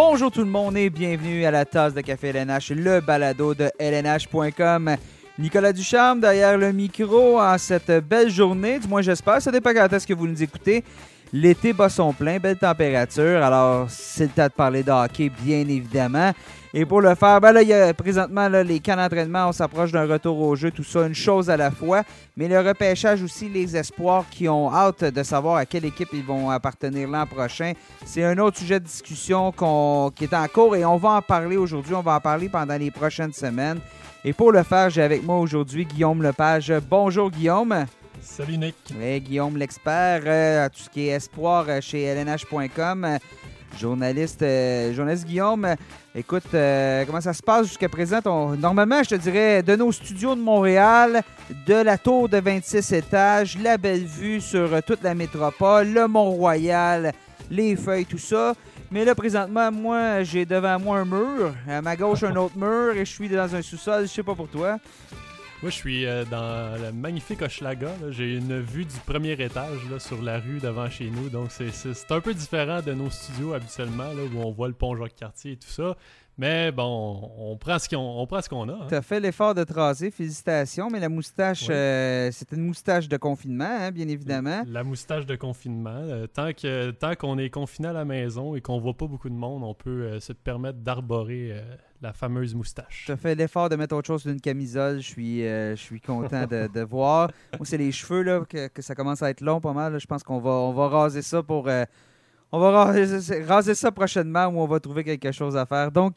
Bonjour tout le monde et bienvenue à la tasse de café LNH, le balado de LNH.com. Nicolas Ducharme derrière le micro en cette belle journée, du moins j'espère, ça dépend quand est-ce que vous nous écoutez. L'été bat son plein, belle température, alors c'est le temps de parler de hockey bien évidemment. Et pour le faire, il y a présentement les camps d'entraînement, on s'approche d'un retour au jeu, tout ça, une chose à la fois. Mais le repêchage aussi, les espoirs qui ont hâte de savoir à quelle équipe ils vont appartenir l'an prochain. C'est un autre sujet de discussion qui est en cours et on va en parler aujourd'hui, on va en parler pendant les prochaines semaines. Et pour le faire, j'ai avec moi aujourd'hui Guillaume Lepage. Bonjour Guillaume. Salut Nick. Oui, Guillaume l'expert à tout ce qui est espoir chez LNH.com. Journaliste Guillaume, écoute, comment ça se passe jusqu'à présent? Normalement, je te dirais, de nos studios de Montréal, de la tour de 26 étages, la belle vue sur toute la métropole, le Mont-Royal, les feuilles, tout ça. Mais là, présentement, moi, j'ai devant moi un mur, à ma gauche, un autre mur, et je suis dans un sous-sol, je sais pas pour toi. Moi, je suis dans le magnifique Hochelaga. J'ai une vue du premier étage là, sur la rue devant chez nous. Donc, c'est un peu différent de nos studios habituellement, là, où on voit le pont Jacques-Cartier et tout ça. Mais bon, on prend ce qu'on a. Hein. Tu as fait l'effort de te raser, félicitations. Mais la moustache, oui. C'est une moustache de confinement, hein, bien évidemment. La moustache de confinement. Tant qu'on est confiné à la maison et qu'on voit pas beaucoup de monde, on peut se permettre d'arborer la fameuse moustache. Tu as fait l'effort de mettre autre chose qu'une camisole. Je suis content de voir. Moi, c'est les cheveux là, que ça commence à être long pas mal. Là. Je pense qu'on va raser ça pour... On va raser ça prochainement où on va trouver quelque chose à faire. Donc,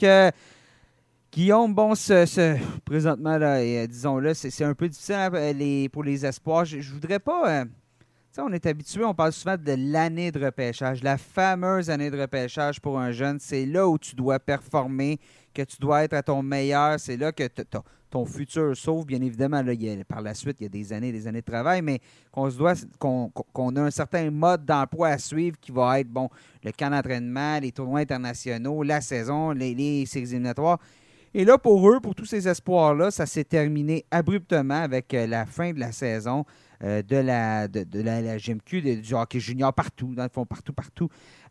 Guillaume, bon, présentement, là, disons-le, c'est un peu difficile pour les espoirs. Je voudrais pas... on est habitué, on parle souvent de l'année de repêchage, la fameuse année de repêchage pour un jeune. C'est là où tu dois performer, que tu dois être à ton meilleur. C'est là que ton futur sauve. Bien évidemment, là, par la suite, il y a des années de travail, mais qu'on a un certain mode d'emploi à suivre qui va être, bon, le camp d'entraînement, les tournois internationaux, la saison, les séries éliminatoires. Et là, pour eux, pour tous ces espoirs-là, ça s'est terminé abruptement avec la fin de la saison de la GMQ, du hockey junior partout, dans le fond, partout.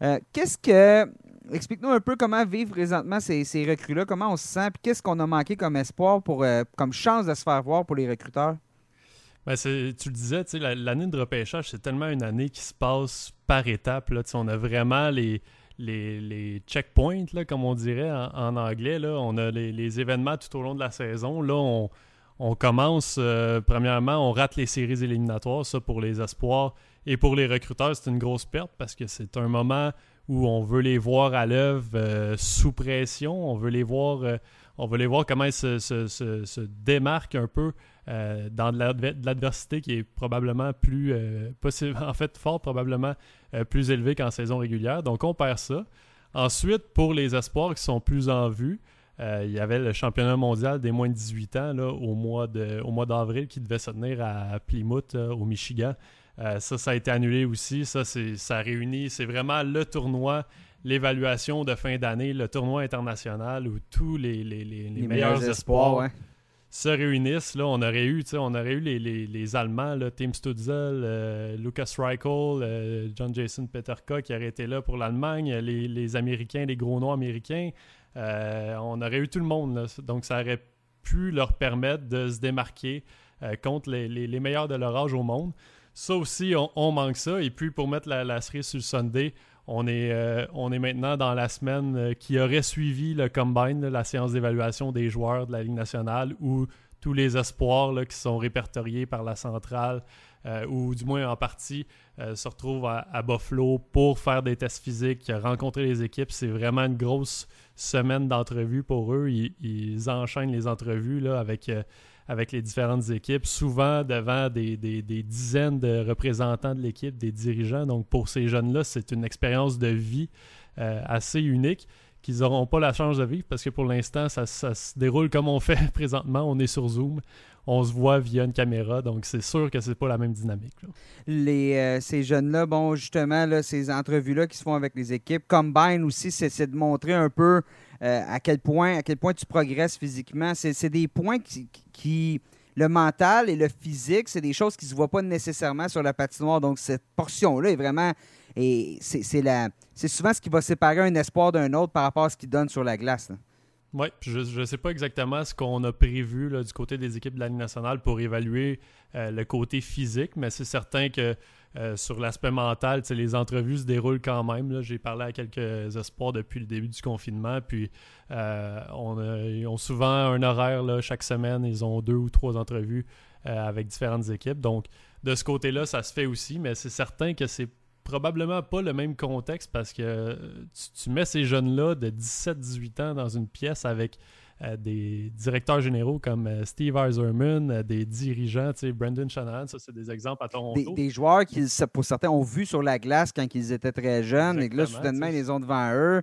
Explique-nous un peu comment vivent présentement ces recrues-là, comment on se sent, puis qu'est-ce qu'on a manqué comme espoir, comme chance de se faire voir pour les recruteurs? Ben tu le disais, l'année de repêchage, c'est tellement une année qui se passe par étapes. Là, on a vraiment les checkpoints, là, comme on dirait en anglais. Là. On a les événements tout au long de la saison. Là, on commence, premièrement, on rate les séries éliminatoires, ça pour les espoirs. Et pour les recruteurs, c'est une grosse perte parce que c'est un moment où on veut les voir à l'œuvre sous pression. On veut les voir comment ils se démarquent un peu dans de l'adversité qui est probablement plus fort probablement plus élevée qu'en saison régulière. Donc, on perd ça. Ensuite, pour les espoirs qui sont plus en vue, il y avait le championnat mondial des moins de 18 ans là, au mois d'avril qui devait se tenir à Plymouth, au Michigan. Ça a été annulé aussi. Ça réunit, c'est vraiment le tournoi, l'évaluation de fin d'année, le tournoi international où tous les meilleurs espoirs se réunissent. Là, on aurait eu les Allemands, là, Tim Stützle, Lukas Reichel, John Jason Peterka qui auraient été là pour l'Allemagne, les Américains, les gros noms américains. On aurait eu tout le monde. Là. Donc, ça aurait pu leur permettre de se démarquer contre les meilleurs de leur âge au monde. Ça aussi, on manque ça. Et puis, pour mettre la cerise sur le sundae, on est maintenant dans la semaine qui aurait suivi le Combine, la séance d'évaluation des joueurs de la Ligue nationale, où tous les espoirs là, qui sont répertoriés par la centrale, ou du moins en partie, se retrouvent à Buffalo pour faire des tests physiques, rencontrer les équipes. C'est vraiment une grosse semaine d'entrevues pour eux. Ils enchaînent les entrevues là, avec les différentes équipes, souvent devant des dizaines de représentants de l'équipe, des dirigeants. Donc, pour ces jeunes-là, c'est une expérience de vie assez unique qu'ils n'auront pas la chance de vivre parce que pour l'instant, ça se déroule comme on fait présentement. On est sur Zoom, on se voit via une caméra, donc c'est sûr que c'est pas la même dynamique. Ces jeunes-là, bon, justement, là, ces entrevues-là qui se font avec les équipes, Combine aussi, c'est de montrer un peu à quel point tu progresses physiquement. C'est des points qui le mental et le physique, c'est des choses qui ne se voient pas nécessairement sur la patinoire. Donc, cette portion-là est vraiment... Et c'est souvent ce qui va séparer un espoir d'un autre par rapport à ce qu'il donne sur la glace. Oui, je ne sais pas exactement ce qu'on a prévu là, du côté des équipes de la Ligue nationale pour évaluer le côté physique, mais c'est certain que sur l'aspect mental, les entrevues se déroulent quand même. Là. J'ai parlé à quelques espoirs depuis le début du confinement, puis ils ont souvent un horaire là, chaque semaine. Ils ont 2 ou 3 entrevues avec différentes équipes. Donc, de ce côté-là, ça se fait aussi, mais c'est certain que c'est probablement pas le même contexte parce que tu mets ces jeunes-là de 17-18 ans dans une pièce avec des directeurs généraux comme Steve Yzerman, des dirigeants, Brendan Shanahan, ça c'est des exemples à Toronto. Des joueurs qui, pour certains, ont vu sur la glace quand ils étaient très jeunes. Exactement, et que là, soudainement, ils les ont devant eux.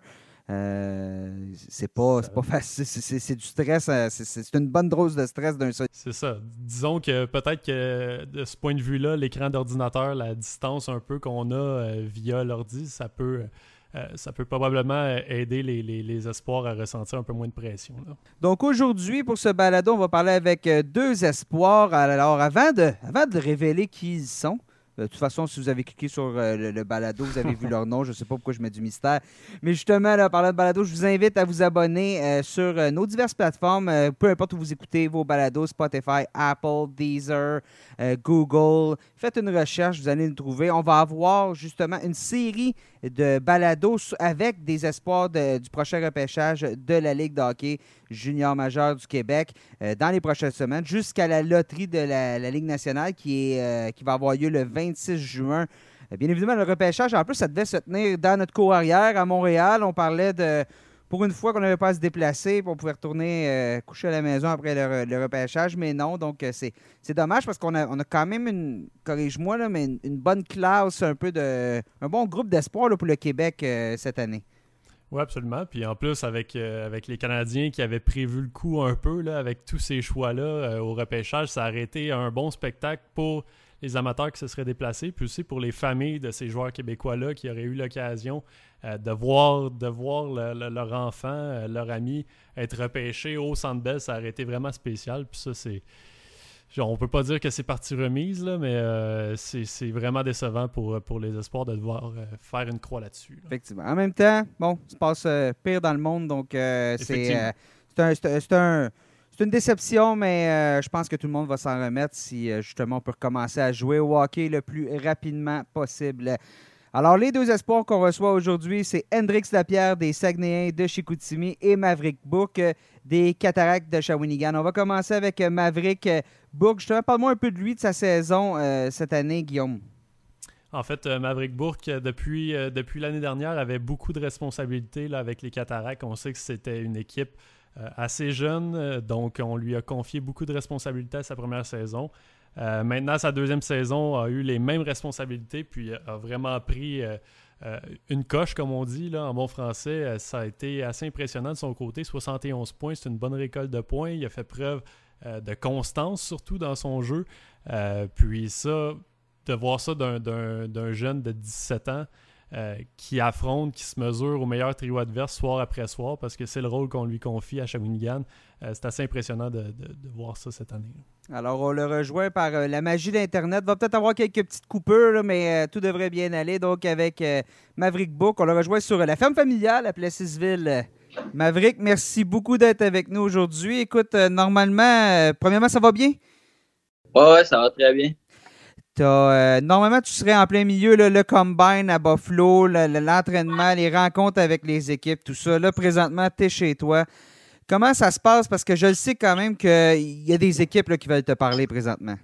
C'est pas facile. C'est du stress. C'est une bonne dose de stress d'un seul. C'est ça. Disons que peut-être que de ce point de vue-là, l'écran d'ordinateur, la distance un peu qu'on a via l'ordi, ça peut probablement aider les espoirs à ressentir un peu moins de pression. Là. Donc aujourd'hui, pour ce balado, on va parler avec 2 espoirs. Alors avant de révéler qui ils sont, de toute façon, si vous avez cliqué sur le balado, vous avez vu leur nom. Je ne sais pas pourquoi je mets du mystère. Mais justement, là, parlant de balado, je vous invite à vous abonner sur nos diverses plateformes. Peu importe où vous écoutez vos balados, Spotify, Apple, Deezer, Google. Faites une recherche, vous allez nous trouver. On va avoir justement une série de balados avec des espoirs du prochain repêchage de la Ligue de hockey junior majeur du Québec dans les prochaines semaines jusqu'à la loterie de la Ligue nationale qui va avoir lieu le 26 juin. Bien évidemment, le repêchage, en plus, ça devait se tenir dans notre cour arrière à Montréal. On parlait de, pour une fois, qu'on n'avait pas à se déplacer, on pouvait retourner coucher à la maison après le repêchage, mais non. Donc, c'est dommage parce qu'on a quand même corrige-moi, là, mais une bonne classe, un bon groupe d'espoir là, pour le Québec cette année. Oui, absolument. Puis en plus, avec les Canadiens qui avaient prévu le coup un peu, là, avec tous ces choix-là au repêchage, ça aurait été un bon spectacle pour les amateurs qui se seraient déplacés, puis aussi pour les familles de ces joueurs québécois-là qui auraient eu l'occasion de voir leur enfant, leur ami être repêché au Centre Bell. Ça aurait été vraiment spécial. Puis ça, c'est... On peut pas dire que c'est partie remise, là, mais c'est vraiment décevant pour les espoirs de devoir faire une croix là-dessus. Là. Effectivement. En même temps, bon, il se passe pire dans le monde, donc c'est une déception, mais je pense que tout le monde va s'en remettre si justement on peut recommencer à jouer au hockey le plus rapidement possible. Alors, les 2 espoirs qu'on reçoit aujourd'hui, c'est Hendrix Lapierre des Saguenayens de Chicoutimi et Maverick Bourque des Cataractes de Shawinigan. On va commencer avec Maverick Bourque. Justement, parle-moi un peu de lui, de sa saison cette année, Guillaume. En fait, Maverick Bourque, depuis l'année dernière, avait beaucoup de responsabilités là, avec les Cataractes. On sait que c'était une équipe assez jeune, donc on lui a confié beaucoup de responsabilités à sa première saison. Maintenant, sa deuxième saison a eu les mêmes responsabilités, puis a vraiment pris une coche, comme on dit là, en bon français. Ça a été assez impressionnant de son côté. 71 points, c'est une bonne récolte de points. Il a fait preuve de constance, surtout dans son jeu. Puis ça, de voir ça d'un jeune de 17 ans qui affronte, qui se mesure au meilleur trio adverse soir après soir, parce que c'est le rôle qu'on lui confie à Shawinigan. C'est assez impressionnant de voir ça cette année. Alors, on le rejoint par la magie d'Internet. Va peut-être avoir quelques petites coupures, là, mais tout devrait bien aller. Donc, avec Maverick Bourque, on le rejoint sur la ferme familiale à Plessisville. Maverick, merci beaucoup d'être avec nous aujourd'hui. Écoute, normalement, premièrement, ça va bien? Ouais, ça va très bien. Normalement, tu serais en plein milieu, là, le combine à Buffalo, l'entraînement, les rencontres avec les équipes, tout ça. Là, présentement, tu es chez toi. Comment ça se passe? Parce que je le sais quand même qu'il y a des équipes là, qui veulent te parler présentement.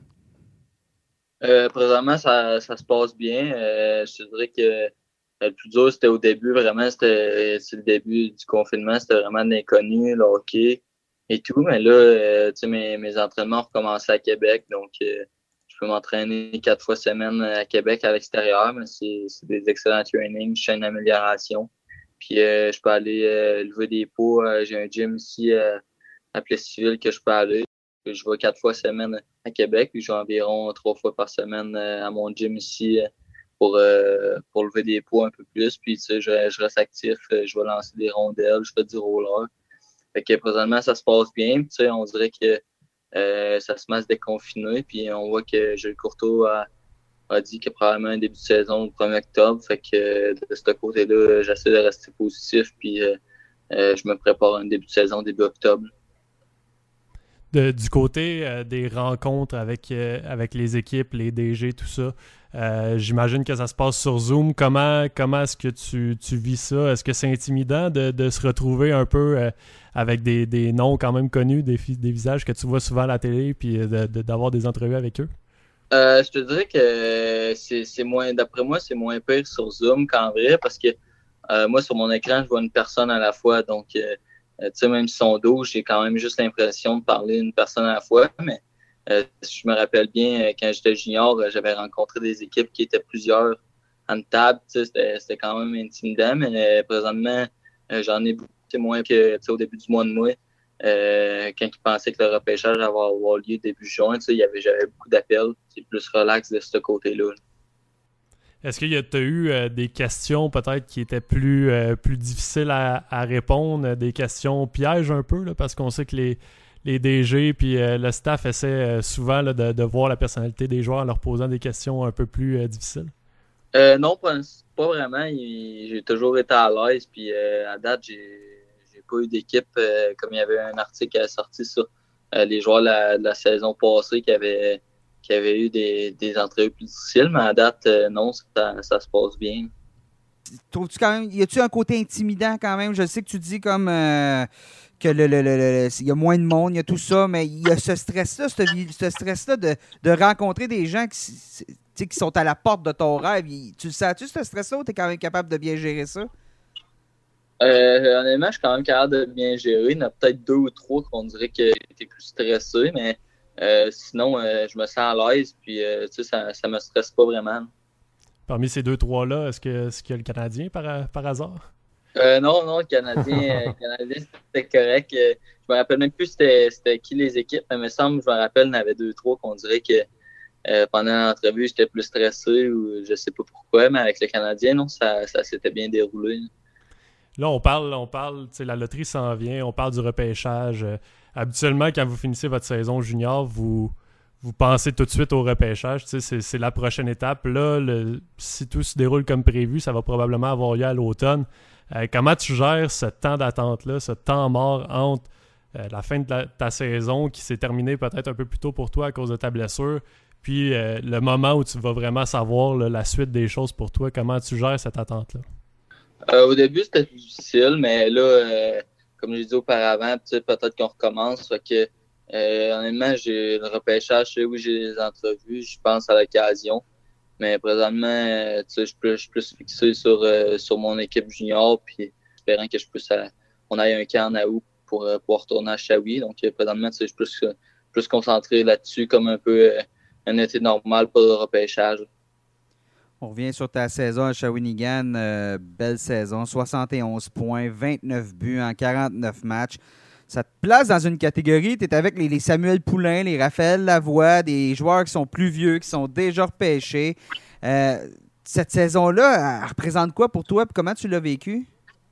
Présentement, ça se passe bien. Je te dirais que le plus dur, c'était au début. Vraiment, c'est le début du confinement. C'était vraiment de l'inconnu, le hockey et tout. Mais là, mes entraînements ont recommencé à Québec. Donc, je peux m'entraîner 4 fois semaine à Québec à l'extérieur. Mais c'est des excellents trainings. Je fais une amélioration. Puis je peux aller lever des poids. J'ai un gym ici à Plessisville que je peux aller. Je vais 4 fois semaine à Québec. Puis je vais environ 3 fois par semaine à mon gym ici pour lever des poids un peu plus. Puis tu sais, je reste actif. Je vais lancer des rondelles. Je fais du roller. Fait que présentement, ça se passe bien. Puis, tu sais, on dirait que ça se met à se déconfiner. Puis on voit que Gilles Courteau a dit que probablement un début de saison au 1er octobre. Fait que de ce côté-là, j'essaie de rester positif. Puis je me prépare un début de saison début octobre. Du côté des rencontres avec les équipes, les DG, tout ça, j'imagine que ça se passe sur Zoom. Comment est-ce que tu vis ça? Est-ce que c'est intimidant de se retrouver un peu avec des noms quand même connus, des visages que tu vois souvent à la télé, puis d'avoir des entrevues avec eux? Je te dirais que c'est moins, d'après moi, c'est moins pire sur Zoom qu'en vrai, parce que moi, sur mon écran, je vois une personne à la fois. Donc, tu sais, même si son dos, j'ai quand même juste l'impression de parler à une personne à la fois. Mais si je me rappelle bien, quand j'étais junior, j'avais rencontré des équipes qui étaient plusieurs à une table. Tu sais, c'était quand même intimidant. Mais présentement, j'en ai beaucoup moins que tu sais, au début du mois de mai. Quand ils pensaient que le repêchage allait avoir lieu début juin, tu sais, j'avais beaucoup d'appels. C'est plus relax de ce côté-là. Est-ce qu'il y a eu des questions peut-être qui étaient plus difficiles à répondre, des questions pièges un peu, là, parce qu'on sait que les DG puis le staff essaient souvent là, de voir la personnalité des joueurs en leur posant des questions un peu plus difficiles? Non, pas vraiment. J'ai toujours été à l'aise. Puis à date, j'ai pas eu d'équipe. Comme il y avait un article qui a sorti sur les joueurs de la saison passée qui avaient eu des entrevues plus difficiles, mais à date, non, ça se passe bien. Trouves-tu quand même, y a-tu un côté intimidant quand même? Je sais que tu dis comme que il y a moins de monde, il y a tout ça, mais il y a ce stress-là, ce stress-là de rencontrer des gens qui sont à la porte de ton rêve. Tu le sais-tu, ce stress-là, ou tu es quand même capable de bien gérer ça? Honnêtement, je suis quand même capable de bien gérer. Il y en a peut-être 2 ou 3 qu'on dirait que t'es plus stressé, mais sinon, je me sens à l'aise, puis tu sais, ça me stresse pas vraiment. Parmi ces 2-3-là, est-ce qu'il y a le Canadien par hasard? Non, le Canadien, c'était correct. Je me rappelle même plus c'était qui les équipes, mais il me semble, je me rappelle, il y en avait 2-3 qu'on dirait que pendant l'entrevue, j'étais plus stressé ou je sais pas pourquoi, mais avec le Canadien, non, ça s'était bien déroulé. Là, on parle, tu sais, la loterie s'en vient, on parle du repêchage. Habituellement, quand vous finissez votre saison junior, vous pensez tout de suite au repêchage. Tu sais, c'est la prochaine étape. Là, si tout se déroule comme prévu, ça va probablement avoir lieu à l'automne. Comment tu gères ce temps d'attente-là, ce temps mort entre la fin de ta saison qui s'est terminée peut-être un peu plus tôt pour toi à cause de ta blessure, puis le moment où tu vas vraiment savoir là, la suite des choses pour toi? Comment tu gères cette attente-là? Au début, c'était difficile, mais là, comme je l'ai dit auparavant, peut-être qu'on recommence. Fait que, honnêtement, j'ai le repêchage, oui, j'ai les entrevues, je pense à l'occasion. Mais présentement, je suis plus fixé sur mon équipe junior, puis espérant que on aille un camp en août pour pouvoir retourner à Shawi. Donc, présentement, je suis plus concentré là-dessus, comme un peu un été normal pour le repêchage. On revient sur ta saison à Shawinigan. Belle saison. 71 points, 29 buts en 49 matchs. Ça te place dans une catégorie. Tu es avec les Samuel Poulain, les Raphaël Lavoie, des joueurs qui sont plus vieux, qui sont déjà repêchés. Cette saison-là, elle représente quoi pour toi et comment tu l'as vécu?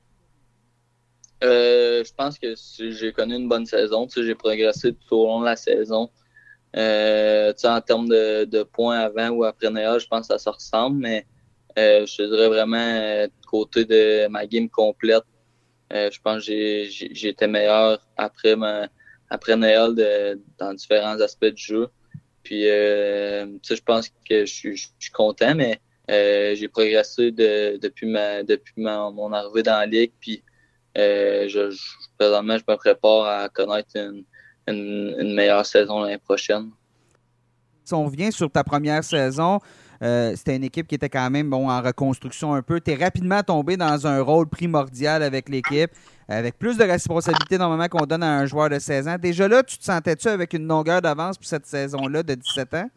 Je pense que j'ai connu une bonne saison. J'ai progressé tout au long de la saison. En termes de points avant ou après Noël, je pense que ça se ressemble, mais je te dirais vraiment du côté de ma game complète. Je pense que j'ai été meilleur après Noël dans différents aspects du jeu. Puis je pense que je suis content, mais j'ai progressé depuis mon arrivée dans la ligue. Puis présentement, je me prépare à connaître une meilleure saison l'année prochaine. Si on revient sur ta première saison, c'était une équipe qui était quand même en reconstruction un peu. Tu es rapidement tombé dans un rôle primordial avec l'équipe, avec plus de responsabilités normalement qu'on donne à un joueur de 16 ans. Déjà là, tu te sentais-tu avec une longueur d'avance pour cette saison-là de 17 ans?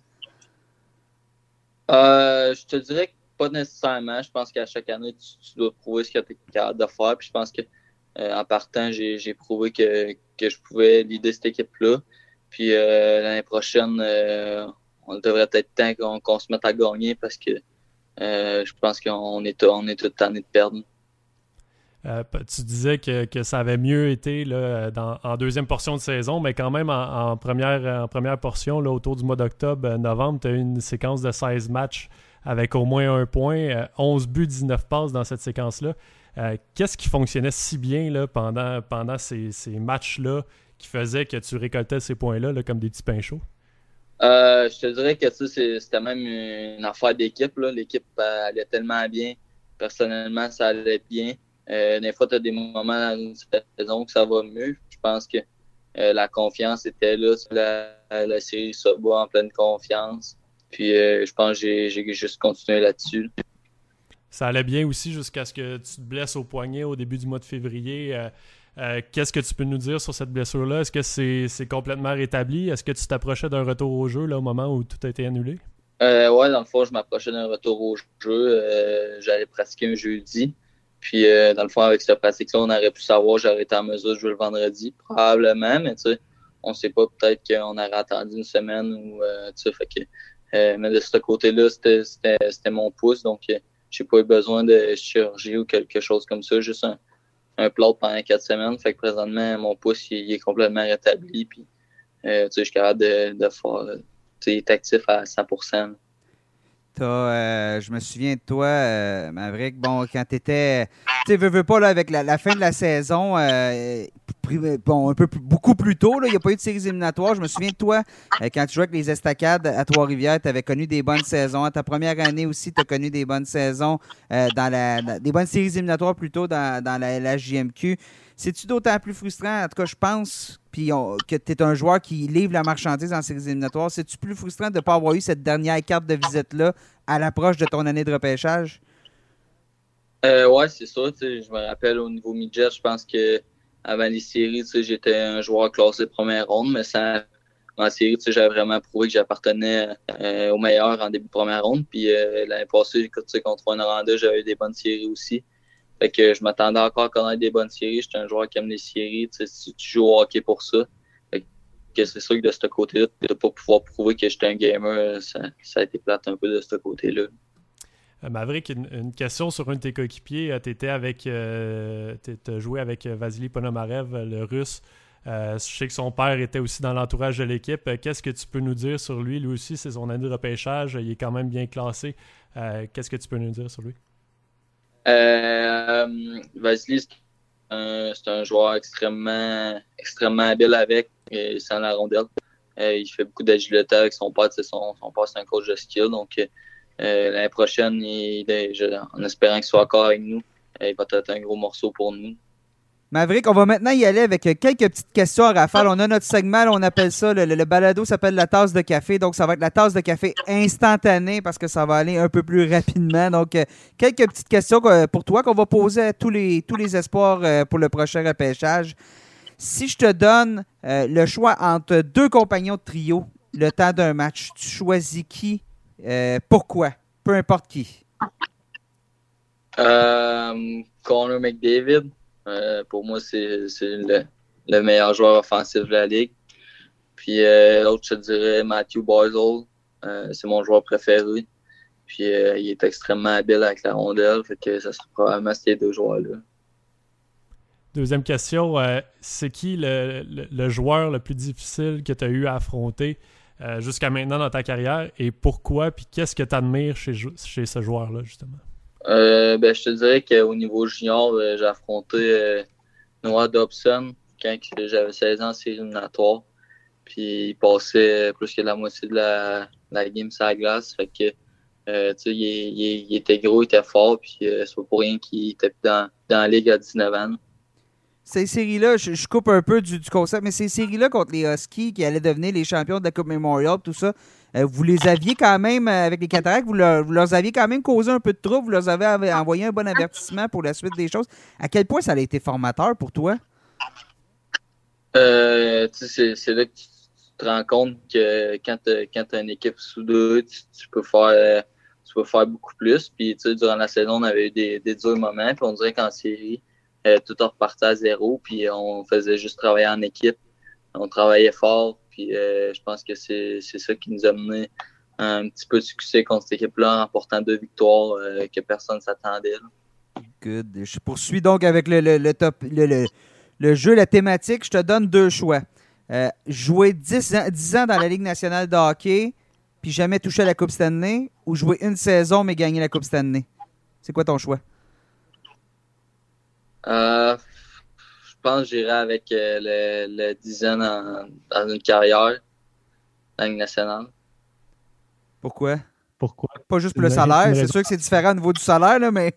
Je te dirais que pas nécessairement. Je pense qu'à chaque année, tu dois prouver ce que tu es capable de faire. Puis je pense que en partant, j'ai prouvé que je pouvais leader cette équipe-là. Puis l'année prochaine, on devrait peut-être temps qu'on se mette à gagner parce que je pense qu'on est tout tanné de perdre. Tu disais que ça avait mieux été là, en deuxième portion de saison, mais quand même en première portion, là, autour du mois d'octobre, novembre, tu as eu une séquence de 16 matchs avec au moins un point, 11 buts, 19 passes dans cette séquence-là. Qu'est-ce qui fonctionnait si bien là, pendant ces matchs-là qui faisaient que tu récoltais ces points-là là, comme des petits pains chauds? Je te dirais que c'était même une affaire d'équipe. Là. L'équipe allait tellement bien. Personnellement, ça allait bien. Des fois, tu as des moments dans une saison que ça va mieux. Je pense que la confiance était là. La série se bat en pleine confiance. Puis je pense que j'ai juste continué là-dessus. Ça allait bien aussi jusqu'à ce que tu te blesses au poignet au début du mois de février. Qu'est-ce que tu peux nous dire sur cette blessure-là? Est-ce que c'est complètement rétabli? Est-ce que tu t'approchais d'un retour au jeu là, au moment où tout a été annulé? Ouais, dans le fond, je m'approchais d'un retour au jeu. J'allais pratiquer un jeudi. Puis, dans le fond, avec cette pratique-là, on aurait pu savoir que j'aurais été en mesure de jouer le vendredi, probablement, mais tu sais, on sait pas, peut-être qu'on aurait attendu une semaine ou, tu sais, fait que, mais de ce côté-là, c'était mon pouce, donc j'ai pas eu besoin de chirurgie ou quelque chose comme ça, juste un plâtre pendant 4 semaines, fait que présentement, mon pouce, il est complètement rétabli, puis, tu sais, je suis capable de faire, tu sais, il est actif à 100%. Je me souviens de toi, Maverick, bon, quand tu étais, tu sais, veux pas, là, avec la fin de la saison, beaucoup plus tôt, là, il n'y a pas eu de séries éliminatoires. Je me souviens de toi, quand tu jouais avec les Estacades à Trois-Rivières, tu avais connu des bonnes saisons. À ta première année aussi, tu as connu des bonnes saisons, des bonnes séries éliminatoires plutôt dans la JMQ. C'est-tu d'autant plus frustrant? En tout cas, je pense que tu es un joueur qui livre la marchandise en séries éliminatoires. C'est-tu plus frustrant de ne pas avoir eu cette dernière carte de visite-là à l'approche de ton année de repêchage? Ouais, c'est ça. Je me rappelle au niveau midget, je pense que avant les séries, j'étais un joueur classé première ronde, mais en série, j'avais vraiment prouvé que j'appartenais au meilleur en début de première ronde. Puis l'année passée, contre Rwanda, j'avais eu des bonnes séries aussi. Fait que je m'attendais encore à connaître des bonnes séries. J'étais un joueur qui aime les séries. Si tu joues au hockey pour ça, fait que c'est sûr que de ce côté-là, de ne pas pouvoir prouver que j'étais un gamer, ça a été plate un peu de ce côté-là. Maverick, une question sur un de tes coéquipiers. T'as joué avec Vasily Ponomarev, le Russe. Je sais que son père était aussi dans l'entourage de l'équipe. Qu'est-ce que tu peux nous dire sur lui? Lui aussi, c'est son année de repêchage. Il est quand même bien classé. Qu'est-ce que tu peux nous dire sur lui? Vasily, c'est un joueur extrêmement habile avec et sans la rondelle. Il fait beaucoup d'agilité avec son père. Son père, c'est un coach de skill. Donc, l'année prochaine, en espérant qu'il soit encore avec nous, il va être un gros morceau pour nous. Maverick, on va maintenant y aller avec quelques petites questions à rafale. On a notre segment, là, on appelle ça, le balado s'appelle la tasse de café. Donc, ça va être la tasse de café instantanée parce que ça va aller un peu plus rapidement. Donc, quelques petites questions pour toi qu'on va poser à tous les espoirs pour le prochain repêchage. Si je te donne le choix entre deux compagnons de trio, le temps d'un match, tu choisis qui? Pourquoi? Peu importe qui. Connor McDavid. Pour moi, c'est le meilleur joueur offensif de la Ligue. Puis l'autre, je te dirais Matthew Barzal. C'est mon joueur préféré. Puis il est extrêmement habile avec la rondelle. Fait que ça serait probablement ces deux joueurs-là. Deuxième question. C'est qui le joueur le plus difficile que tu as eu à affronter jusqu'à maintenant dans ta carrière et pourquoi? Puis qu'est-ce que tu admires chez ce joueur-là, justement? Je te dirais qu'au niveau junior, j'ai affronté Noah Dobson quand j'avais 16 ans en série éliminatoire. Puis il passait plus que la moitié de la game sur la glace. Fait que il était gros, il était fort. Puis c'est pas pour rien qu'il était dans la ligue à 19 ans. Ces séries-là, je coupe un peu du concept, mais ces séries-là contre les Huskies qui allaient devenir les champions de la Coupe Memorial, tout ça, vous les aviez quand même, avec les Cataractes, vous leur aviez quand même causé un peu de trouble, vous leur avez envoyé un bon avertissement pour la suite des choses. À quel point ça a été formateur pour toi? C'est là que tu te rends compte que quand tu as une équipe soudée, tu peux faire beaucoup plus. Puis durant la saison, on avait eu des durs moments, puis on dirait qu'en série, tout a reparti à zéro, puis on faisait juste travailler en équipe. On travaillait fort, puis je pense que c'est ça qui nous a mené un petit peu de succès contre cette équipe-là en remportant 2 victoires que personne ne s'attendait. Good. Je poursuis donc avec le top, le jeu, la thématique. Je te donne 2 choix. Jouer 10 ans dans la Ligue nationale de hockey puis jamais toucher à la Coupe Stanley ou jouer une saison mais gagner la Coupe Stanley. C'est quoi ton choix? Je pense que j'irai avec le 10 ans dans une carrière dans la Ligue nationale. Pourquoi? Pas juste pour le Une salaire. raison. C'est sûr que c'est différent au niveau du salaire, là, mais...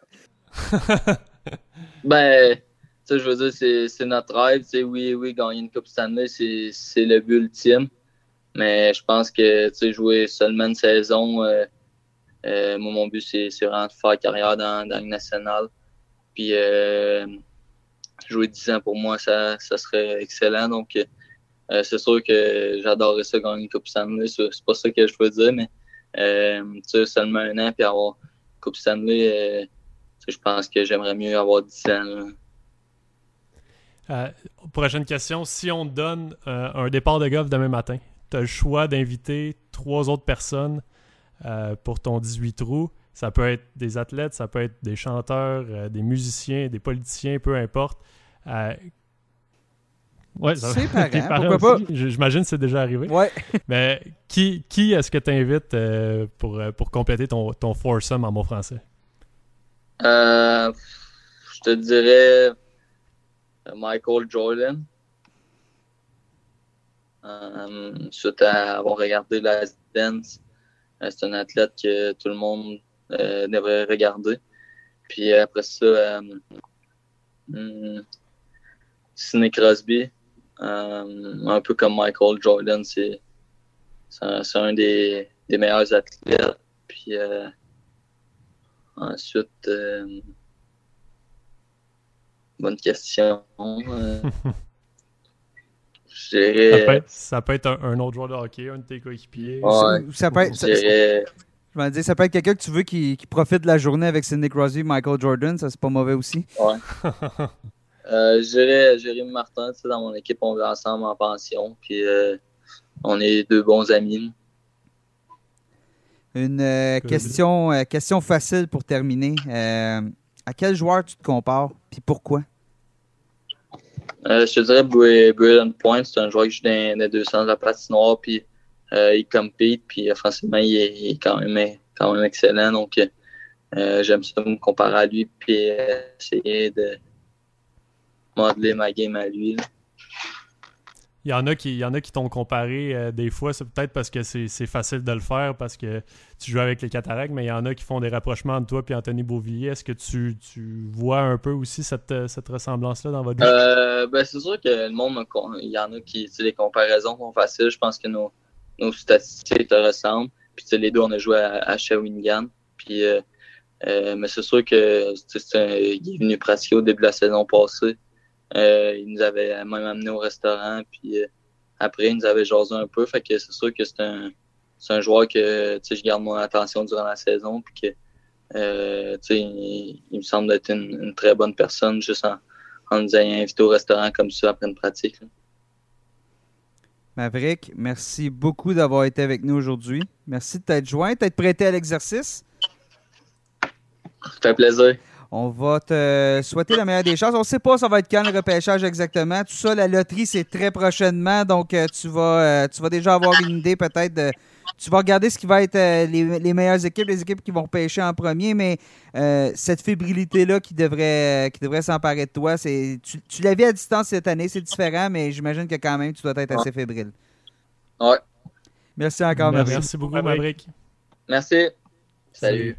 Ben, tu sais, je veux dire, c'est notre rêve. Tu sais, oui, gagner une Coupe Stanley, c'est le but ultime. Mais je pense que, tu sais, jouer seulement une saison, moi, mon but, c'est vraiment de faire carrière dans la Ligue nationale. Puis, jouer 10 ans, pour moi, ça serait excellent. Donc, c'est sûr que j'adorerais ça gagner une Coupe Stanley. C'est pas ça que je veux dire, mais tu sais, seulement 1 an, puis avoir une Coupe Stanley, je pense que j'aimerais mieux avoir 10 ans. Prochaine question. Si on te donne un départ de golf demain matin, tu as le choix d'inviter 3 autres personnes pour ton 18 trous. Ça peut être des athlètes, ça peut être des chanteurs, des musiciens, des politiciens, peu importe. Ouais, C'est parent, tes parents pourquoi aussi. J'imagine que c'est déjà arrivé. Ouais. Mais qui est-ce que tu invites pour compléter ton foursome en mot français? Je te dirais Michael Jordan. Suite à avoir regardé Last Dance, c'est un athlète que tout le monde devrait regarder. Puis après ça, Sidney Crosby, un peu comme Michael Jordan, c'est un des meilleurs athlètes. Puis ensuite, bonne question. Je dirais... Ça peut être un autre joueur de hockey, un de tes coéquipiers. Ouais, Ça peut être... Je vais dire, ça peut être quelqu'un que tu veux qui profite de la journée avec Sidney Crosby, Michael Jordan. Ça, c'est pas mauvais aussi. Ouais. Je dirais Jérémy Martin. Tu sais, dans mon équipe, on vit ensemble en pension. Puis on est 2 bons amis. Une question facile pour terminer. À quel joueur tu te compares? Puis pourquoi? Je te dirais Brayden Point. C'est un joueur qui joue dans les 2 sens de la patinoire. Puis il compete. Puis offensivement, il est quand même excellent. Donc, j'aime ça me comparer à lui. Puis essayer de modeler ma game à lui. Là. Il y en a qui t'ont comparé des fois, c'est peut-être parce que c'est facile de le faire, parce que tu joues avec les Cataractes, mais il y en a qui font des rapprochements entre toi et Anthony Beauvillier. Est-ce que tu vois un peu aussi cette ressemblance-là dans votre vie? Ben, c'est sûr que le monde, il y en a qui, tu sais, les comparaisons sont faciles. Je pense que nos statistiques te ressemblent. Puis, tu sais, les 2, on a joué à Shawinigan. Puis, mais c'est sûr que il est venu pratiquer au début de la saison passée. Il nous avait même amené au restaurant, puis après, il nous avait jasé un peu. Fait que c'est sûr que c'est un joueur que je garde mon attention durant la saison, puis que il me semble être une très bonne personne juste en nous ayant invité au restaurant comme ça après une pratique. Là. Maverick, merci beaucoup d'avoir été avec nous aujourd'hui. Merci de t'être joint, d'être prêté à l'exercice. Ça fait plaisir. On va te souhaiter la meilleure des chances. On ne sait pas ça va être quand le repêchage exactement. Tout ça, la loterie, c'est très prochainement. Donc, tu vas déjà avoir une idée peut-être. Tu vas regarder ce qui va être les meilleures équipes, les équipes qui vont repêcher en premier. Mais cette fébrilité-là qui devrait s'emparer de toi, tu l'avais à distance cette année. C'est différent, mais j'imagine que quand même, tu dois être assez fébrile. Ouais. Merci encore, Maverick. Merci beaucoup, Maverick. Merci. Salut.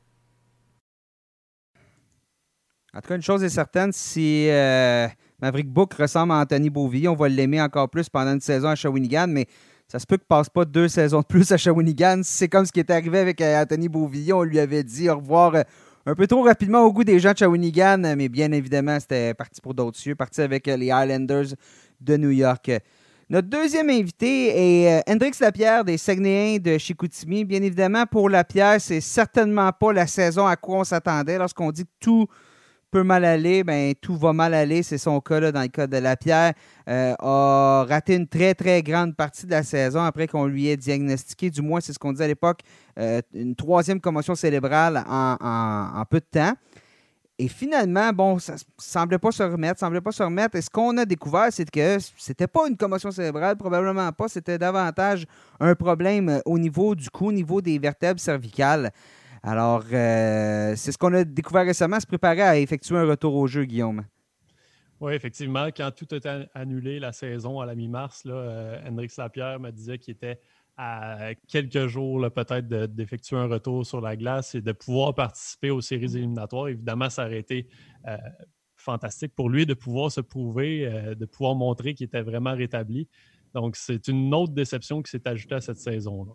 En tout cas, une chose est certaine, si Maverick Book ressemble à Anthony Beauvillier, on va l'aimer encore plus pendant une saison à Shawinigan, mais ça se peut qu'il ne passe pas 2 saisons de plus à Shawinigan. C'est comme ce qui est arrivé avec Anthony Beauvillier. On lui avait dit au revoir un peu trop rapidement au goût des gens de Shawinigan, mais bien évidemment, c'était parti pour d'autres cieux, parti avec les Islanders de New York. Notre deuxième invité est Hendrix Lapierre des Saguenayens de Chicoutimi. Bien évidemment, pour Lapierre, c'est certainement pas la saison à quoi on s'attendait. Lorsqu'on dit que tout peut mal aller, ben tout va mal aller. C'est son cas là, dans le cas de Lapierre. A raté une très, très grande partie de la saison après qu'on lui ait diagnostiqué, du moins c'est ce qu'on disait à l'époque, une 3e commotion cérébrale en peu de temps. Et finalement, bon, ça semblait pas se remettre. Et ce qu'on a découvert, c'est que c'était pas une commotion cérébrale, probablement pas. C'était davantage un problème au niveau du cou, au niveau des vertèbres cervicales. Alors, c'est ce qu'on a découvert récemment, se préparer à effectuer un retour au jeu, Guillaume. Oui, effectivement, quand tout était annulé la saison à la mi-mars, Hendrix Lapierre me disait qu'il était à quelques jours là, peut-être d'effectuer un retour sur la glace et de pouvoir participer aux séries éliminatoires. Évidemment, ça aurait été fantastique pour lui de pouvoir se prouver, de pouvoir montrer qu'il était vraiment rétabli. Donc, c'est une autre déception qui s'est ajoutée à cette saison-là.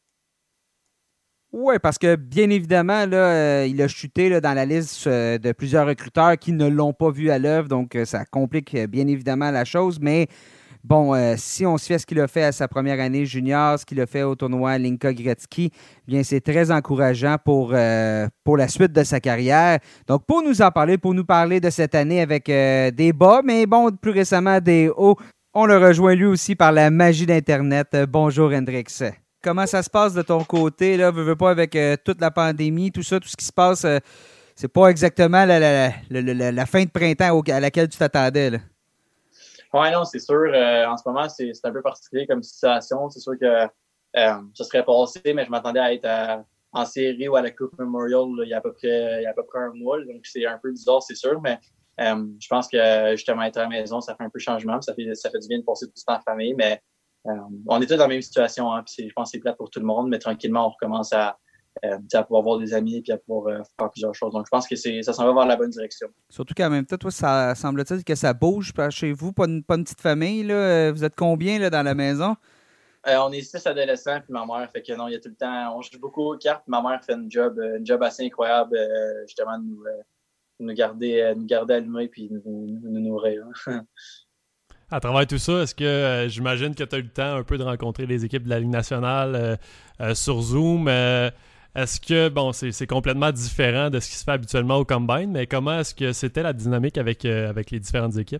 Oui, parce que bien évidemment, là, il a chuté là, dans la liste de plusieurs recruteurs qui ne l'ont pas vu à l'œuvre, donc ça complique bien évidemment la chose. Mais bon, si on se fait ce qu'il a fait à sa première année junior, ce qu'il a fait au tournoi Linka Gretzky, bien c'est très encourageant pour la suite de sa carrière. Donc pour nous en parler, pour nous parler de cette année avec des bas, mais bon, plus récemment des hauts, on le rejoint lui aussi par la magie d'Internet. Bonjour Hendrix. Comment ça se passe de ton côté, là, veux pas avec toute la pandémie, tout ça, tout ce qui se passe, c'est pas exactement la fin de printemps à laquelle tu t'attendais, là. Oui, non, c'est sûr. En ce moment, c'est un peu particulier comme situation. C'est sûr que ça serait passé, mais je m'attendais à être en série ou à la Coupe Memorial là, il y a à peu près un mois. Donc, c'est un peu bizarre, c'est sûr. Mais je pense que justement, être à la maison, ça fait un peu changement. Ça fait du bien de passer tout ce temps en famille. Mais on est tous dans la même situation. Hein, puis je pense que c'est plate pour tout le monde. Mais tranquillement, on recommence à pouvoir voir des amis et à pouvoir faire plusieurs choses. Donc, je pense que ça s'en va vers la bonne direction. Surtout qu'en même temps, toi, ça semble-t-il que ça bouge chez vous, pas une petite famille, là. Vous êtes combien là, dans la maison? On est 6 adolescents, puis ma mère, fait que non, il y a tout le temps, on joue beaucoup aux cartes, puis ma mère fait une job assez incroyable, justement, de nous garder allumés, puis nous nourrir. À travers tout ça, est-ce que j'imagine que tu as eu le temps un peu de rencontrer les équipes de la Ligue nationale sur Zoom? Est-ce que, bon, c'est complètement différent de ce qui se fait habituellement au Combine, mais comment est-ce que c'était la dynamique avec les différentes équipes?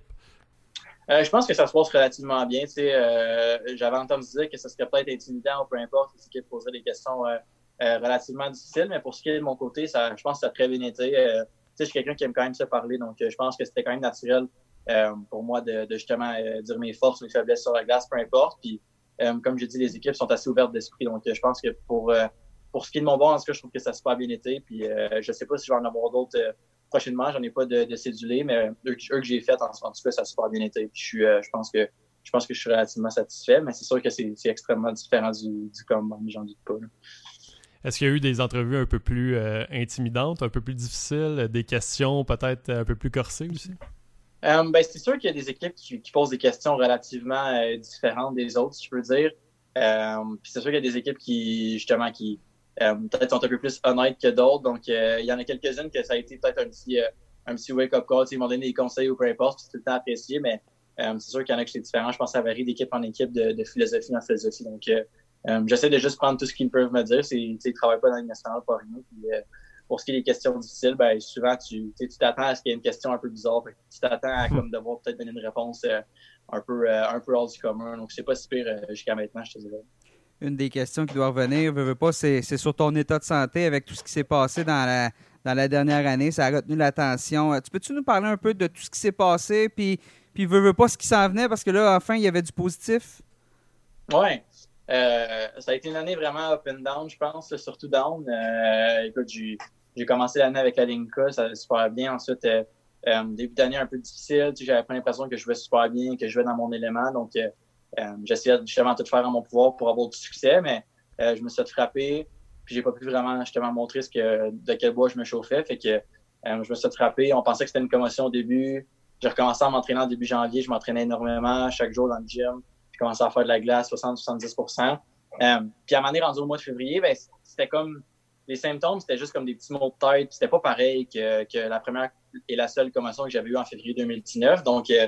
Je pense que ça se passe relativement bien. J'avais entendu dire que ça serait peut-être intimidant ou peu importe, les équipes poseraient des questions relativement difficiles, mais pour ce qui est de mon côté, je pense que ça a très bien été. Je suis quelqu'un qui aime quand même se parler, donc je pense que c'était quand même naturel pour moi de justement dire mes forces, mes faiblesses sur la glace, peu importe. Puis, comme j'ai dit, les équipes sont assez ouvertes d'esprit, donc je pense que pour ce qui est de mon bord, en tout cas, je trouve que ça a super bien été. Puis, je sais pas si je vais en avoir d'autres prochainement. J'en ai pas de cédulés, mais eux que j'ai fait, en tout cas, ça a super bien été. Puis, je pense que je suis relativement satisfait, mais c'est sûr que c'est extrêmement différent du Combine, j'en doute pas. Là. Est-ce qu'il y a eu des entrevues un peu plus intimidantes, un peu plus difficiles, des questions peut-être un peu plus corsées aussi? C'est sûr qu'il y a des équipes qui posent des questions relativement différentes des autres, si je peux dire. Puis c'est sûr qu'il y a des équipes qui peut-être sont un peu plus honnêtes que d'autres. Donc, il y en a quelques-unes que ça a été peut-être un petit wake-up call. Ils m'ont donné des conseils ou peu importe, puis c'est tout le temps apprécié, mais c'est sûr qu'il y en a que c'est différent. Je pense que ça varie d'équipe en équipe, de philosophie en philosophie. Donc, j'essaie de juste prendre tout ce qu'ils peuvent me dire. Ils ne travaillent pas dans les nationales par rien. Puis, pour ce qui est des questions difficiles, souvent, tu t'attends à ce qu'il y ait une question un peu bizarre. Tu t'attends à comme, devoir peut-être donner une réponse un peu hors du commun. Donc, c'est pas si pire jusqu'à maintenant, je te dirais. Une des questions qui doit revenir, veux pas, c'est sur ton état de santé avec tout ce qui s'est passé dans la dernière année. Ça a retenu l'attention. Peux-tu nous parler un peu de tout ce qui s'est passé, puis veux pas ce qui s'en venait, parce que là, enfin, il y avait du positif? Oui. Ça a été une année vraiment up and down, je pense, surtout down. Écoute, j'ai commencé l'année avec la Linka, ça allait super bien. Ensuite, début d'année un peu difficile. J'avais pas l'impression que je jouais super bien, que je jouais dans mon élément. Donc, j'essayais justement de tout faire en mon pouvoir pour avoir du succès, mais je me suis fait frapper. Puis, j'ai pas pu vraiment justement montrer de quel bois je me chauffais. Fait que je me suis fait frapper. On pensait que c'était une commotion au début. J'ai recommencé à m'entraîner en début janvier. Je m'entraînais énormément chaque jour dans le gym. J'ai commencé à faire de la glace, 60-70%. Puis à un moment donné, rendu au mois de février, c'était comme les symptômes, c'était juste comme des petits maux de tête. C'était pas pareil que la première et la seule commotion que j'avais eue en février 2019. Donc là,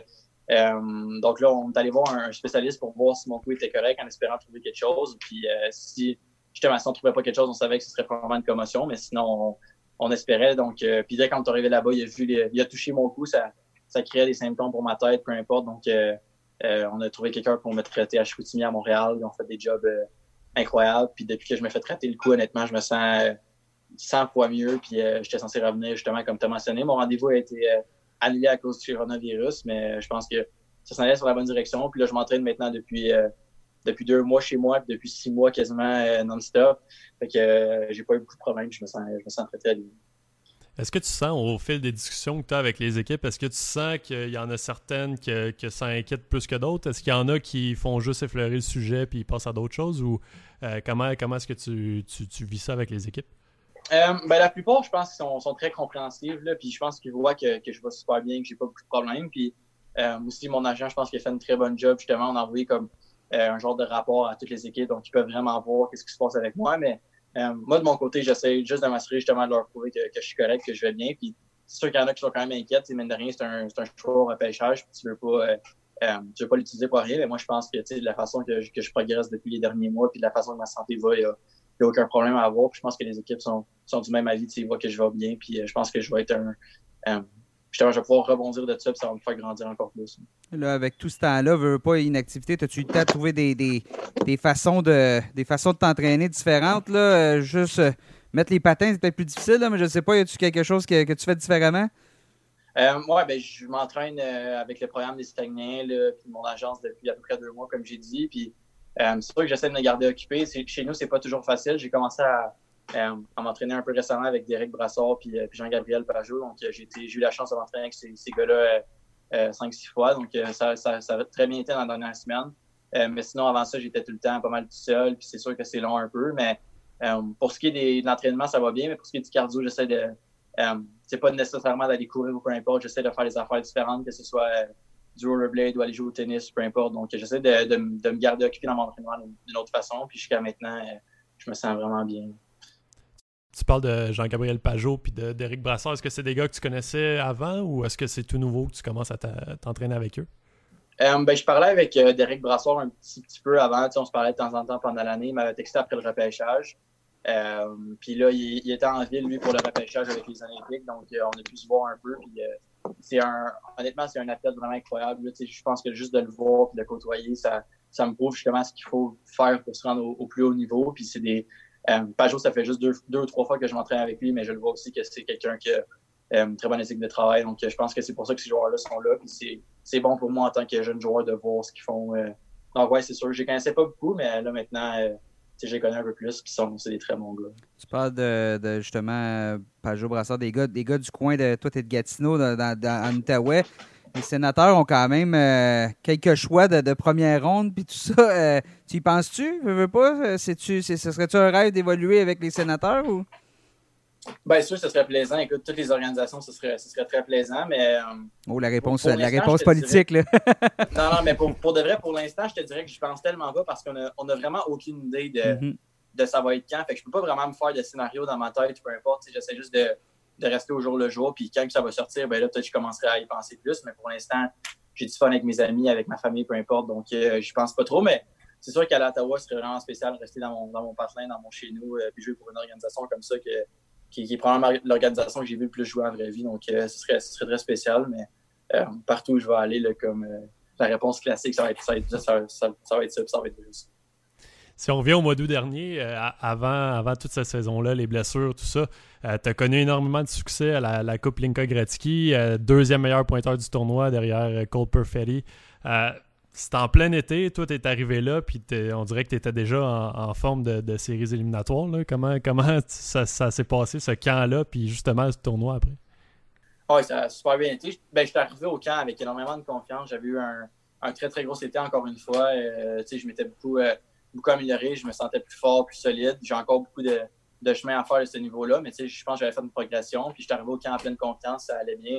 on est allé voir un spécialiste pour voir si mon coup était correct en espérant trouver quelque chose. Puis si on trouvait pas quelque chose, on savait que ce serait probablement une commotion, mais sinon, on espérait. Donc, puis dès quand on est arrivé là-bas, il a touché mon cou, ça créait des symptômes pour ma tête, peu importe. Donc, on a trouvé quelqu'un pour me traiter à Chicoutimi à Montréal. Ils ont fait des jobs incroyables. Puis depuis que je me fais traiter le coup, honnêtement, je me sens 100 fois mieux. Puis j'étais censé revenir, justement, comme tu as mentionné. Mon rendez-vous a été annulé à cause du coronavirus, mais je pense que ça s'en allait sur la bonne direction. Puis là, je m'entraîne maintenant depuis 2 mois chez moi, puis depuis 6 mois quasiment non-stop. Fait que j'ai pas eu beaucoup de problèmes. Je me sens très, très bien. Est-ce que tu sens, au fil des discussions que tu as avec les équipes, est-ce que tu sens qu'il y en a certaines que ça inquiète plus que d'autres? Est-ce qu'il y en a qui font juste effleurer le sujet puis ils passent à d'autres choses? Ou comment est-ce que tu vis ça avec les équipes? La plupart, je pense qu'ils sont très compréhensifs. Là, puis je pense qu'ils voient que je vais super bien, que j'ai pas beaucoup de problèmes. Puis aussi, mon agent, je pense qu'il a fait une très bonne job. Justement, on a envoyé comme un genre de rapport à toutes les équipes. Donc, ils peuvent vraiment voir qu'est-ce qui se passe avec moi. Mais moi, de mon côté, j'essaie juste de m'assurer justement de leur prouver que je suis correct, que je vais bien. Puis c'est sûr qu'il y en a qui sont quand même inquiets. Mine de rien, c'est un choix au repêchage. Puis tu veux pas l'utiliser pour rien. Mais moi, je pense que de la façon que je progresse depuis les derniers mois, puis de la façon que ma santé va, il n'y a aucun problème à avoir. Puis je pense que les équipes sont du même avis. Ils voient que je vais bien. Puis je pense que je vais être justement, je vais pouvoir rebondir de ça, puis ça va me faire grandir encore plus. Là, avec tout ce temps-là, veux pas inactivité, as-tu eu le temps de trouver des façons de t'entraîner différentes? Là? Juste mettre les patins, c'est peut-être plus difficile, là, mais je ne sais pas, y a-tu quelque chose que tu fais différemment? Je m'entraîne avec le programme des Stagnins, puis mon agence depuis à peu près 2 mois, comme j'ai dit. Puis c'est sûr que j'essaie de me garder occupé. Chez nous, c'est pas toujours facile. J'ai commencé à m'entraîner un peu récemment avec Derek Brassard puis Jean-Gabriel Pajot. Donc, j'ai eu la chance de m'entraîner avec ces gars-là 5-6 fois. Donc, ça a très bien été dans la dernière semaine. Mais sinon, avant ça, j'étais tout le temps pas mal tout seul. Puis c'est sûr que c'est long un peu. Mais pour ce qui est de l'entraînement, ça va bien. Mais pour ce qui est du cardio, j'essaie de... c'est pas nécessairement d'aller courir ou peu importe. J'essaie de faire des affaires différentes, que ce soit du rollerblade ou aller jouer au tennis, peu importe. Donc, j'essaie de me garder occupé dans mon entraînement d'une autre façon. Puis jusqu'à maintenant, je me sens vraiment bien. Tu parles de Jean-Gabriel Pajot puis d'Éric Brassard. Est-ce que c'est des gars que tu connaissais avant ou est-ce que c'est tout nouveau que tu commences à t'entraîner avec eux? Je parlais avec Derek Brassard un petit peu avant. On se parlait de temps en temps pendant l'année. Il m'avait texté après le repêchage. Puis là, il était en ville, lui, pour le repêchage avec les Olympiques. Donc, on a pu se voir un peu. Puis, honnêtement, c'est un athlète vraiment incroyable. Là, je pense que juste de le voir et de le côtoyer, ça me prouve justement ce qu'il faut faire pour se rendre au plus haut niveau. Puis c'est Pajot, ça fait juste 2 ou 3 fois que je m'entraîne avec lui, mais je le vois aussi que c'est quelqu'un qui a une très bonne éthique de travail. Donc, je pense que c'est pour ça que ces joueurs-là sont là. Puis c'est bon pour moi en tant que jeune joueur de voir ce qu'ils font. Donc, ouais, c'est sûr. Je les connaissais pas beaucoup, mais là, maintenant, je les connais un peu plus. Puis c'est des très bons gars. Tu parles de justement Pajot Brassard, des gars du coin de toi, t'es de Gatineau, en Outaouais. Les Sénateurs ont quand même quelques choix de première ronde, puis tout ça. Tu y penses-tu? Veux pas? Ce serait-tu un rêve d'évoluer avec les Sénateurs? Ou? Bien sûr, ce serait plaisant. Écoute, toutes les organisations, ce serait très plaisant, mais... la réponse politique, là. Non, mais pour de vrai, pour l'instant, je te dirais que je pense tellement pas parce qu'on a vraiment aucune idée de ça va être quand. Fait que je peux pas vraiment me faire de scénario dans ma tête, peu importe. J'essaie juste de rester au jour le jour. Puis quand ça va sortir, ben là, peut-être que je commencerai à y penser plus. Mais pour l'instant, j'ai du fun avec mes amis, avec ma famille, peu importe. Donc, je pense pas trop. Mais c'est sûr qu'à l'Ottawa, ce serait vraiment spécial de rester dans mon patelin, dans mon chez nous, puis jouer pour une organisation comme ça qui est probablement l'organisation que j'ai vu le plus jouer en vraie vie. Donc, ce serait très spécial. Mais partout où je vais aller, là, comme la réponse classique, ça va être ça, puis ça va être juste. Si on revient au mois d'août dernier, avant toute cette saison-là, les blessures, tout ça, tu as connu énormément de succès à la Coupe Linka Gretzky, deuxième meilleur pointeur du tournoi derrière Cole Perfetti. C'était en plein été, toi, tu es arrivé là, puis on dirait que tu étais déjà en forme de séries éliminatoires. Là. Comment ça s'est passé, ce camp-là, puis justement ce tournoi après? Oui, ça a super bien été. Je suis arrivé au camp avec énormément de confiance. J'avais eu un très, très gros été encore une fois. Je m'étais beaucoup amélioré, je me sentais plus fort, plus solide. J'ai encore beaucoup de chemin à faire à ce niveau-là, mais je pense que j'avais fait une progression. Puis je suis arrivé au camp en pleine confiance, ça allait bien.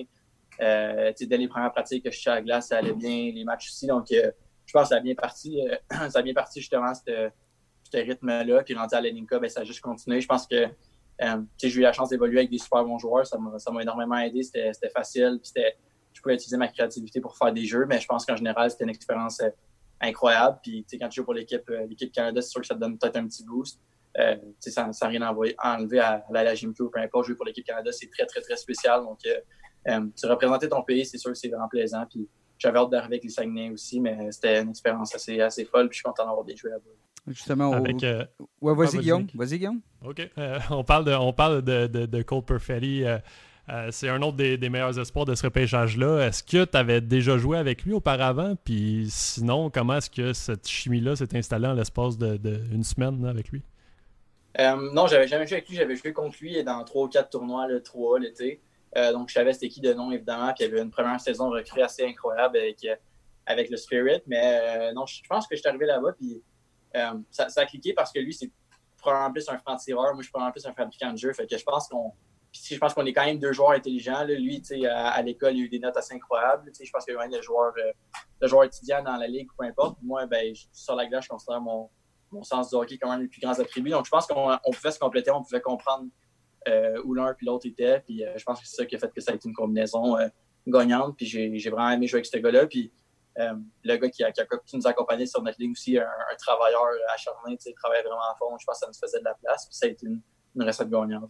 Dès les premières pratiques que je suis à la glace, ça allait bien, les matchs aussi. Donc, je pense que ça a bien parti. Ça a bien parti justement, ce rythme-là. Puis rendu à l'Elinka, ça a juste continué. Je pense que j'ai eu la chance d'évoluer avec des super bons joueurs. Ça m'a énormément aidé. C'était facile. Puis je pouvais utiliser ma créativité pour faire des jeux, mais je pense qu'en général, c'était une expérience incroyable. Puis, quand tu joues pour l'équipe Canada, c'est sûr que ça te donne peut-être un petit boost. Ça n'a rien enlevé à la Jimco ou peu importe. Jouer pour l'équipe Canada, c'est très, très, très spécial. Donc, tu représenter ton pays, c'est sûr que c'est vraiment plaisant. Puis, j'avais hâte d'arriver avec les Saguenay aussi, mais c'était une expérience assez folle. Puis, je suis content d'avoir bien joué là-bas. Justement, Avec, ouais, vas-y, vas-y, Guillaume. Nick. Vas-y, Guillaume. OK. On parle de Cole Perfetti. C'est un autre des meilleurs espoirs de ce repêchage-là. Est-ce que tu avais déjà joué avec lui auparavant? Puis sinon, comment est-ce que cette chimie-là s'est installée en l'espace d'une semaine là, avec lui? Non, j'avais jamais joué avec lui. J'avais joué contre lui dans 3 ou 4 tournois, le 3 l'été. Donc, je savais c'était qui de nom, évidemment. Puis il y avait une première saison recrue assez incroyable avec le Spirit. Mais non, je pense que je suis arrivé là-bas. Puis ça a cliqué parce que lui, c'est probablement plus un franc-tireur. Moi, je suis probablement plus un fabricant de jeu. Fait que je pense qu'on est quand même 2 joueurs intelligents. Là. Lui, à l'école, il a eu des notes assez incroyables. Je pense qu'il y a même le joueur étudiant dans la ligue, peu importe. Moi, sur la glace, je considère mon sens du hockey comme un des plus grands attributs. Donc, je pense qu'on pouvait se compléter, on pouvait comprendre où l'un puis l'autre était. Puis je pense que c'est ça qui a fait que ça a été une combinaison gagnante. Puis j'ai vraiment aimé jouer avec ce gars-là. Puis le gars qui nous accompagnait sur notre ligne aussi, un travailleur acharné, il travaillait vraiment à fond. Je pense que ça nous faisait de la place. Puis ça a été une recette gagnante.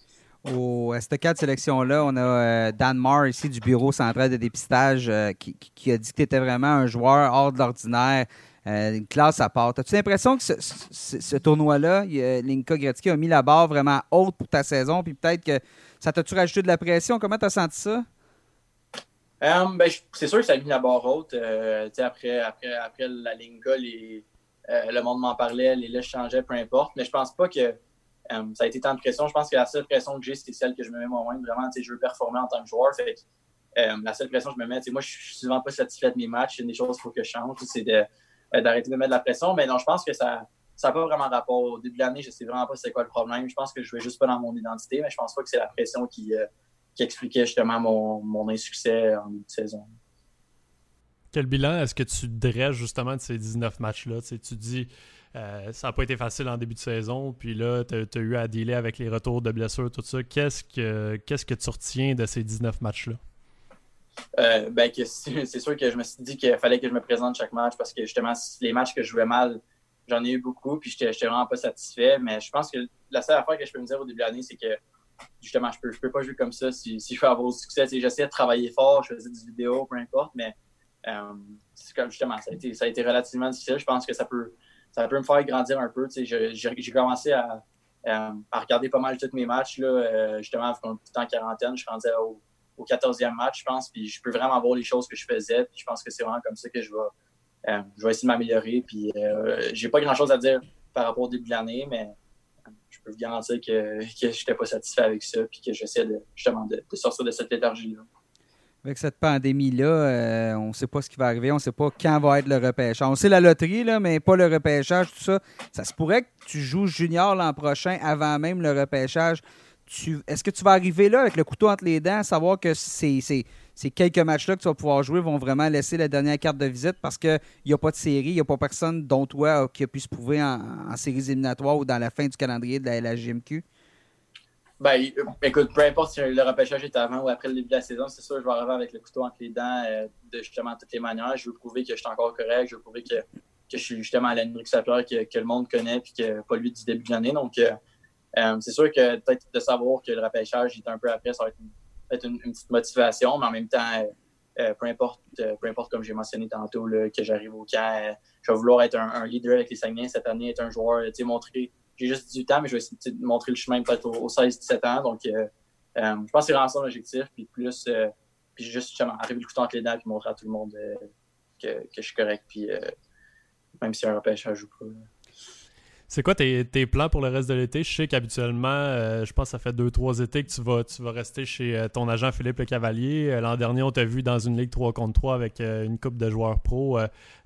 À cette 4 sélection-là, on a Dan Marr ici du Bureau central de dépistage qui a dit que tu étais vraiment un joueur hors de l'ordinaire, une classe à part. As-tu l'impression que ce tournoi-là, Linka Gretzky a mis la barre vraiment haute pour ta saison, puis peut-être que ça t'a-tu rajouté de la pression? Comment tu as senti ça? C'est sûr que ça a mis la barre haute. Après la Linka, le monde m'en parlait, les listes changeaient, peu importe. Mais je pense pas que ça a été tant de pression. Je pense que la seule pression que j'ai, c'est celle que je me mets moi-même. Vraiment, je veux performer en tant que joueur. Fait que, la seule pression que je me mets, moi, je suis souvent pas satisfait de mes matchs. Il y a des choses qu'il faut que je change. C'est d'arrêter de me mettre de la pression. Mais non, je pense que ça n'a pas vraiment rapport. Au début de l'année, je sais vraiment pas c'est quoi le problème. Je pense que je jouais juste pas dans mon identité, mais je pense pas que c'est la pression qui expliquait justement mon insuccès en début de saison. Quel bilan est-ce que tu dresses justement de ces 19 matchs-là? Tu dis ça n'a pas été facile en début de saison, puis là, tu as eu à dealer avec les retours de blessures, tout ça. Qu'est-ce que tu retiens de ces 19 matchs-là? C'est sûr que je me suis dit qu'il fallait que je me présente chaque match parce que justement, les matchs que je jouais mal, j'en ai eu beaucoup, puis j'étais vraiment pas satisfait. Mais je pense que la seule affaire que je peux me dire au début de l'année, c'est que justement, je peux pas jouer comme ça si je veux avoir du succès. J'essayais de travailler fort, je faisais des vidéos, peu importe, mais c'est comme justement, ça a été relativement difficile. Je pense que ça peut me faire grandir un peu. J'ai commencé à regarder pas mal tous mes matchs. Là, justement, quand on était en quarantaine, je suis rendu au 14e match, je pense. Puis je peux vraiment voir les choses que je faisais. Puis je pense que c'est vraiment comme ça que je vais essayer de m'améliorer. Puis j'ai pas grand-chose à dire par rapport au début de l'année, mais je peux vous garantir que je n'étais pas satisfait avec ça. Puis que j'essaie justement de sortir de cette léthargie-là. Avec cette pandémie-là, on ne sait pas ce qui va arriver, on ne sait pas quand va être le repêchage. On sait la loterie, là, mais pas le repêchage, tout ça. Ça se pourrait que tu joues junior l'an prochain avant même le repêchage. Est-ce que tu vas arriver là avec le couteau entre les dents, savoir que ces quelques matchs-là que tu vas pouvoir jouer vont vraiment laisser la dernière carte de visite parce qu'il n'y a pas de série, il n'y a pas personne dont toi qui a pu se prouver en séries éliminatoires ou dans la fin du calendrier de la JMQ? Écoute, peu importe si le repêchage est avant ou après le début de la saison, c'est sûr que je vais arriver avec le couteau entre les dents de justement toutes les manières. Je veux prouver que je suis encore correct, je veux prouver que je suis justement à l'Henrik Sapler que le monde connaît et que pas lui du début de l'année. Donc, c'est sûr que peut-être de savoir que le repêchage est un peu après, ça va être une petite motivation, mais en même temps, peu importe comme j'ai mentionné tantôt, là, que j'arrive au camp, je vais vouloir être un leader avec les Saguenayens cette année, être un joueur, montrer. J'ai juste 18 ans, mais je vais essayer de montrer le chemin peut-être aux 16-17 ans. Donc, je pense que c'est vraiment ça l'objectif. Puis plus, puis juste justement, arriver le couteau entre les dents et montrer à tout le monde que je suis correct. Puis même si un repêchage ou pas. C'est quoi tes plans pour le reste de l'été? Je sais qu'habituellement, je pense que ça fait 2-3 étés que tu vas rester chez ton agent Philippe Le Cavalier. L'an dernier, on t'a vu dans une ligue 3 contre 3 avec une couple de joueurs pros.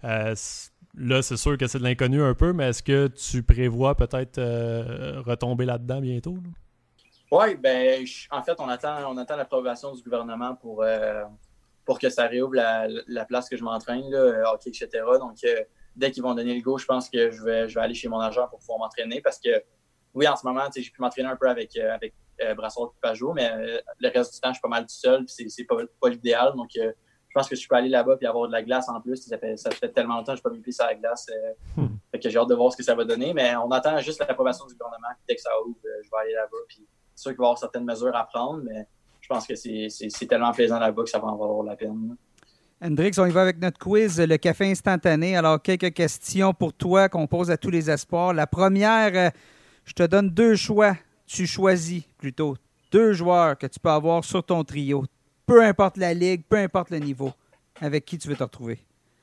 Là, c'est sûr que c'est de l'inconnu un peu, mais est-ce que tu prévois peut-être retomber là-dedans bientôt? Oui, en fait, on attend l'approbation du gouvernement pour que ça réouvre la place que je m'entraîne, là, hockey, etc. Donc, dès qu'ils vont donner le go, je pense que je vais aller chez mon agent pour pouvoir m'entraîner parce que, oui, en ce moment, j'ai pu m'entraîner un peu avec Brassard et Pajot, mais le reste du temps, je suis pas mal tout seul, puis c'est pas l'idéal. Donc, je pense que je peux aller là-bas et avoir de la glace en plus. Ça fait tellement longtemps que je n'ai pas mis le pied sur la glace. Fait que j'ai hâte de voir ce que ça va donner. Mais on attend juste l'approbation du gouvernement. Dès que ça ouvre, je vais aller là-bas. Puis c'est sûr qu'il va y avoir certaines mesures à prendre, mais je pense que c'est tellement plaisant là-bas que ça va en valoir la peine. Hendrix, on y va avec notre quiz, le café instantané. Alors, quelques questions pour toi qu'on pose à tous les espoirs. La première, je te donne 2 choix. Tu choisis plutôt 2 joueurs que tu peux avoir sur ton trio. Peu importe la ligue, peu importe le niveau. Avec qui tu veux te retrouver?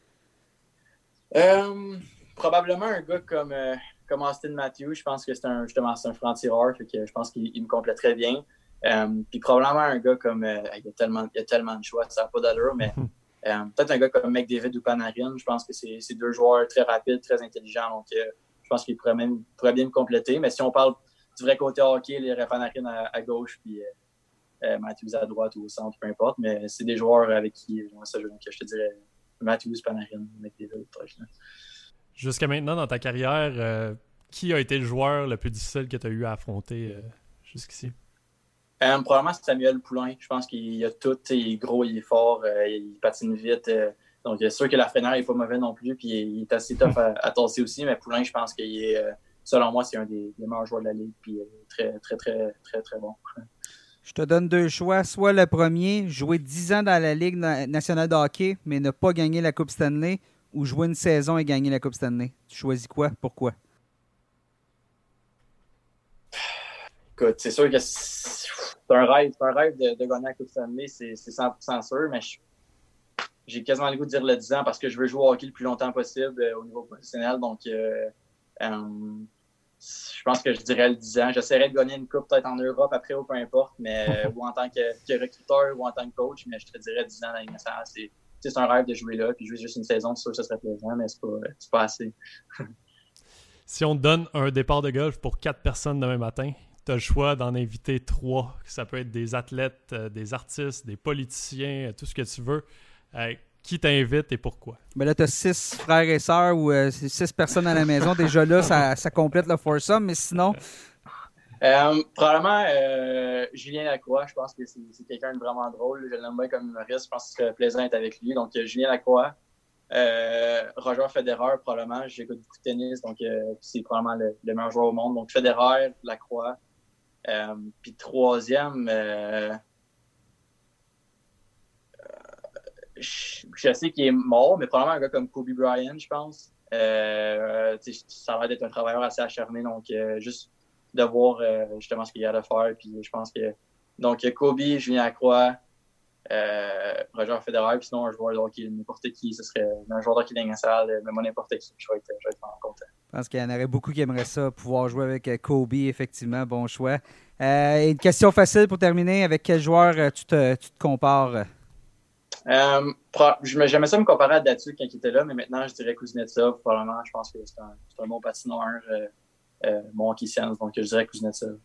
Probablement un gars comme Austin Matthews. Je pense que c'est un franc-tireur. Fait que je pense qu'il me complèterait bien. Puis probablement un gars comme... il y a tellement de choix, ça n'a pas d'allure, mais peut-être un gars comme McDavid ou Panarin. Je pense que c'est 2 joueurs très rapides, très intelligents. Donc, je pense qu'ils pourraient bien me compléter. Mais si on parle du vrai côté hockey, il y aurait Panarin à gauche, puis Matthews à droite ou au centre, peu importe. Mais c'est des joueurs avec qui j'aimerais ça jouer. Donc, je te dirais Matthews, Panarin, McDavid. Jusqu'à maintenant, dans ta carrière, qui a été le joueur le plus difficile que tu as eu à affronter jusqu'ici? Probablement c'est Samuel Poulain. Je pense qu'il a tout. Il est gros, il est fort, il patine vite. Donc, c'est sûr que Lafrenière n'est pas mauvais non plus. Puis, il est assez tough à tasser aussi. Mais Poulain, je pense qu'il est, selon moi, c'est un des meilleurs joueurs de la Ligue. Puis, très, très, très, très, très bon. Je te donne 2 choix. Soit le premier, jouer 10 ans dans la Ligue nationale de hockey, mais ne pas gagner la Coupe Stanley, ou jouer une saison et gagner la Coupe Stanley. Tu choisis quoi? Pourquoi? Écoute, c'est sûr que c'est un rêve de gagner la Coupe Stanley, c'est 100% sûr, mais j'ai quasiment le goût de dire le 10 ans parce que je veux jouer au hockey le plus longtemps possible au niveau professionnel. Donc, je pense que je dirais le 10 ans. J'essaierai de gagner une coupe peut-être en Europe après ou peu importe, mais ou en tant que recruteur ou en tant que coach, mais je te dirais 10 ans dans la Ligue nationale. C'est un rêve de jouer là, puis jouer juste une saison, c'est sûr que ça serait plaisant, mais c'est pas assez. Si on te donne un départ de golf pour 4 personnes demain matin, tu as le choix d'en inviter 3. Ça peut être des athlètes, des artistes, des politiciens, tout ce que tu veux. Qui t'invite et pourquoi? Ben là, tu as 6 frères et sœurs ou 6 personnes à la maison. Déjà là, ça complète le foursome, mais sinon... Probablement Julien Lacroix. Je pense que c'est quelqu'un de vraiment drôle. Je l'aime bien comme humoriste. Je pense que ce serait plaisant d'être avec lui. Donc, Julien Lacroix. Roger Federer, probablement. J'écoute beaucoup de tennis, donc c'est probablement le meilleur joueur au monde. Donc, Federer, Lacroix. Puis troisième, je sais qu'il est mort, mais probablement un gars comme Kobe Bryant, je pense. Ça a l'air d'être un travailleur assez acharné, donc juste de voir justement ce qu'il y a à faire. Puis je pense que donc Kobe, Julien Lacroix, Roger Federer, puis sinon un joueur de hockey, n'importe qui, ce serait un joueur de hockey national, mais moi n'importe qui, je vais être vraiment content. Je pense qu'il y en aurait beaucoup qui aimeraient ça, pouvoir jouer avec Kobe, effectivement, bon choix. Une question facile pour terminer, avec quel joueur tu te compares? J'aimais ça me comparer à Datsyuk quand il était là, mais maintenant je dirais Kuznetsov, probablement. Je pense que c'est un bon patineur, bon hockey science, donc je dirais Kuznetsov.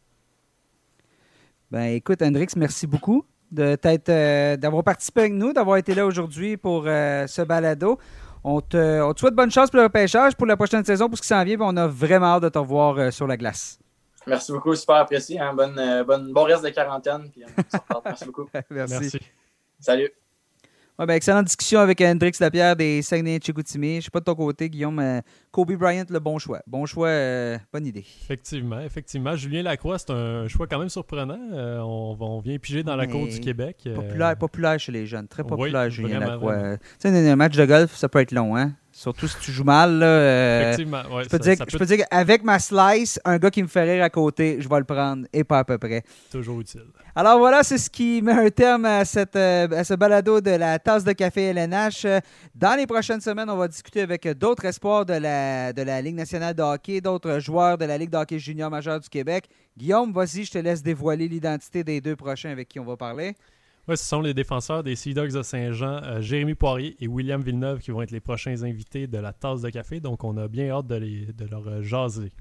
Ben écoute, Hendrix, merci beaucoup d'avoir participé avec nous, d'avoir été là aujourd'hui pour ce balado. On te souhaite bonne chance pour le repêchage, pour la prochaine saison, pour ce qui s'en vient. On a vraiment hâte de te revoir sur la glace. Merci beaucoup, super apprécié. Hein? Bon reste de quarantaine. Puis, merci beaucoup. Merci. Salut. Ouais, ben, excellente discussion avec Hendrix Lapierre des Saguenay-Chicoutimi. Je ne sais pas de ton côté, Guillaume, mais Kobe Bryant, le bon choix. Bon choix, bonne idée. Effectivement. Julien Lacroix, c'est un choix quand même surprenant. On vient piger dans la côte du Québec. Populaire chez les jeunes. Très populaire, oui, Julien Lacroix. Tu sais, un match de golf, ça peut être long, hein? Surtout si tu joues mal. Là, effectivement, ouais, je peux dire qu'avec ma slice, un gars qui me fait rire à côté, je vais le prendre, et pas à peu près. Toujours utile. Alors voilà, c'est ce qui met un terme à ce balado de la tasse de café LNH. Dans les prochaines semaines, on va discuter avec d'autres espoirs de la Ligue nationale de hockey, d'autres joueurs de la Ligue de hockey junior majeur du Québec. Guillaume, vas-y, je te laisse dévoiler l'identité des 2 prochains avec qui on va parler. Oui, ce sont les défenseurs des Sea Dogs de Saint-Jean, Jérémy Poirier et William Villeneuve, qui vont être les prochains invités de la tasse de café. Donc, on a bien hâte de leur jaser.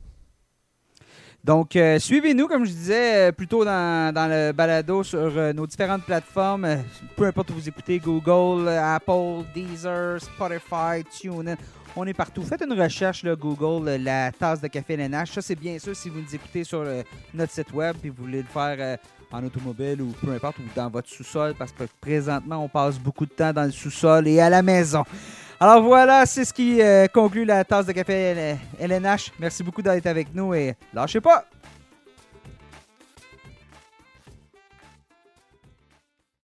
Donc, suivez-nous, comme je disais, plutôt dans le balado sur nos différentes plateformes. Peu importe où vous écoutez, Google, Apple, Deezer, Spotify, TuneIn. On est partout. Faites une recherche, là, Google, la tasse de café LNH. Ça, c'est bien sûr si vous nous écoutez sur notre site web et vous voulez le faire en automobile ou peu importe, ou dans votre sous-sol, parce que présentement, on passe beaucoup de temps dans le sous-sol et à la maison. Alors voilà, c'est ce qui conclut la tasse de café LNH. Merci beaucoup d'être avec nous et lâchez pas!